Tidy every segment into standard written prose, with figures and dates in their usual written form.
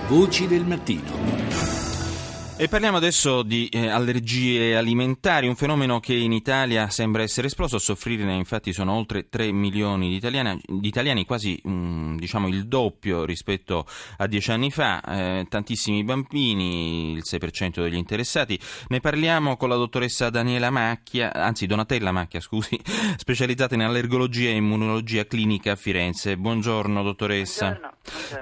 Voci del mattino. E parliamo adesso di allergie alimentari, un fenomeno che in Italia sembra essere esploso. A soffrirne infatti sono oltre 3 milioni di italiani, quasi il doppio rispetto a 10 anni fa, tantissimi bambini, il 6% degli interessati. Ne parliamo con la dottoressa Donatella Macchia, specializzata in allergologia e immunologia clinica a Firenze. Buongiorno dottoressa. Buongiorno.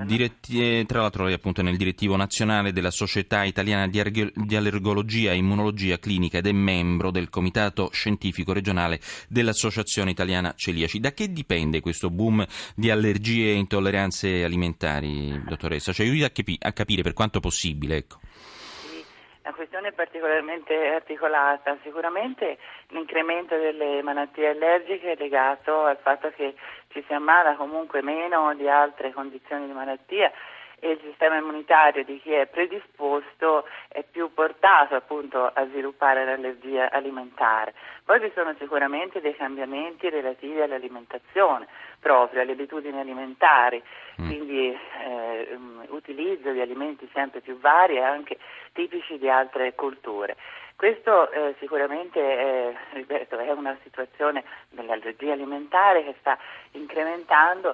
Tra l'altro lei appunto è nel direttivo nazionale della Società Italiana di Allergologia e Immunologia Clinica ed è membro del Comitato Scientifico Regionale dell'Associazione Italiana Celiaci. Da che dipende questo boom di allergie e intolleranze alimentari, dottoressa? Ci aiuti a capire per quanto possibile, ecco. La questione è particolarmente articolata. Sicuramente l'incremento delle malattie allergiche è legato al fatto che ci si ammala comunque meno di altre condizioni di malattia e il sistema immunitario di chi è predisposto è più portato appunto a sviluppare l'allergia alimentare. Poi vi sono sicuramente dei cambiamenti relativi all'alimentazione, proprio alle abitudini alimentari, quindi utilizzo di alimenti sempre più vari e anche tipici di altre culture. Questo sicuramente è una situazione dell'allergia alimentare che sta incrementando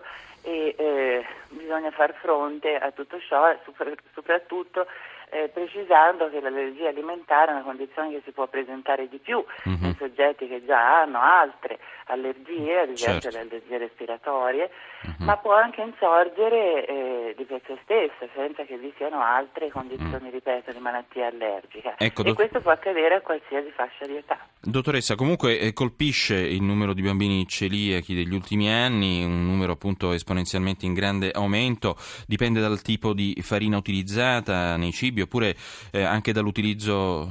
e bisogna far fronte a tutto ciò, soprattutto precisando che l'allergia alimentare è una condizione che si può presentare di più nei soggetti che già hanno altre allergie, ad esempio le allergie respiratorie, ma può anche insorgere di per sé stessa, senza che vi siano altre condizioni, ripeto, di malattia allergica. Ecco, e questo può accadere a qualsiasi fascia di età. Dottoressa, comunque colpisce il numero di bambini celiachi degli ultimi anni, un numero appunto esponenzialmente in grande aumento, dipende dal tipo di farina utilizzata nei cibi oppure anche dall'utilizzo,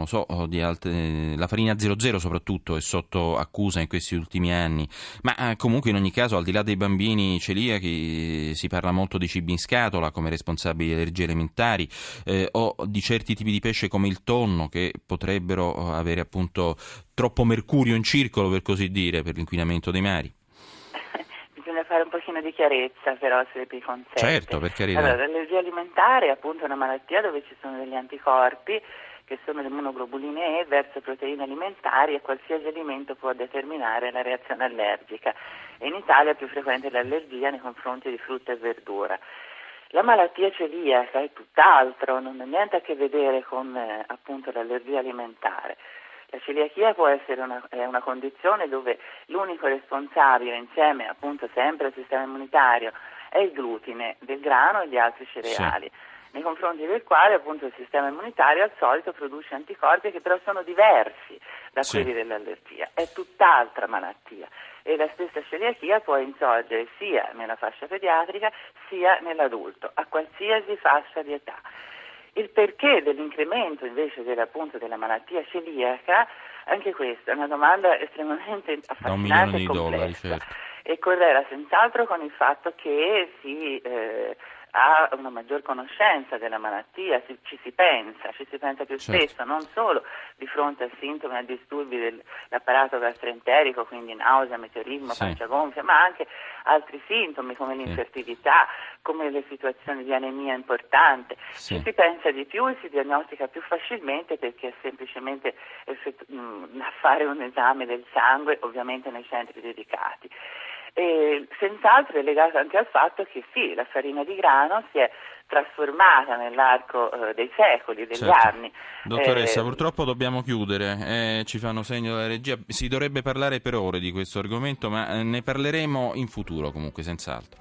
la farina 00 soprattutto è sotto accusa in questi ultimi anni, ma comunque in ogni caso al di là dei bambini celiachi si parla molto di cibi in scatola come responsabili di allergie alimentari o di certi tipi di pesce come il tonno che potrebbero avere appunto troppo mercurio in circolo, per così dire, per l'inquinamento dei mari. Bisogna fare un pochino di chiarezza però, se mi consente. Certo, per carità. Allora, l'allergia alimentare è appunto una malattia dove ci sono degli anticorpi che sono le immunoglobuline E verso proteine alimentari e qualsiasi alimento può determinare la reazione allergica. E in Italia è più frequente l'allergia nei confronti di frutta e verdura. La malattia celiaca è tutt'altro, non ha niente a che vedere con appunto l'allergia alimentare. La celiachia può essere una condizione dove l'unico responsabile, insieme appunto sempre al sistema immunitario, è il glutine del grano e di altri cereali, nei confronti del quale appunto il sistema immunitario al solito produce anticorpi che però sono diversi da quelli dell'allergia. È tutt'altra malattia e la stessa celiachia può insorgere sia nella fascia pediatrica sia nell'adulto, a qualsiasi fascia di età. Il perché dell'incremento invece della malattia celiaca, anche questa è una domanda estremamente affascinante e complessa, e correla senz'altro con il fatto che si ha una maggior conoscenza della malattia, ci si pensa più spesso, non solo di fronte a sintomi e a disturbi dell'apparato gastroenterico, quindi nausea, meteorismo, pancia gonfia, ma anche altri sintomi come l'infertilità, come le situazioni di anemia importante. Ci si pensa di più e si diagnostica più facilmente perché è semplicemente fare un esame del sangue, ovviamente nei centri dedicati. E senz'altro è legato anche al fatto che la farina di grano si è trasformata nell'arco dei secoli, degli anni. Dottoressa, purtroppo dobbiamo chiudere, ci fanno segno della regia, si dovrebbe parlare per ore di questo argomento, ma ne parleremo in futuro comunque senz'altro.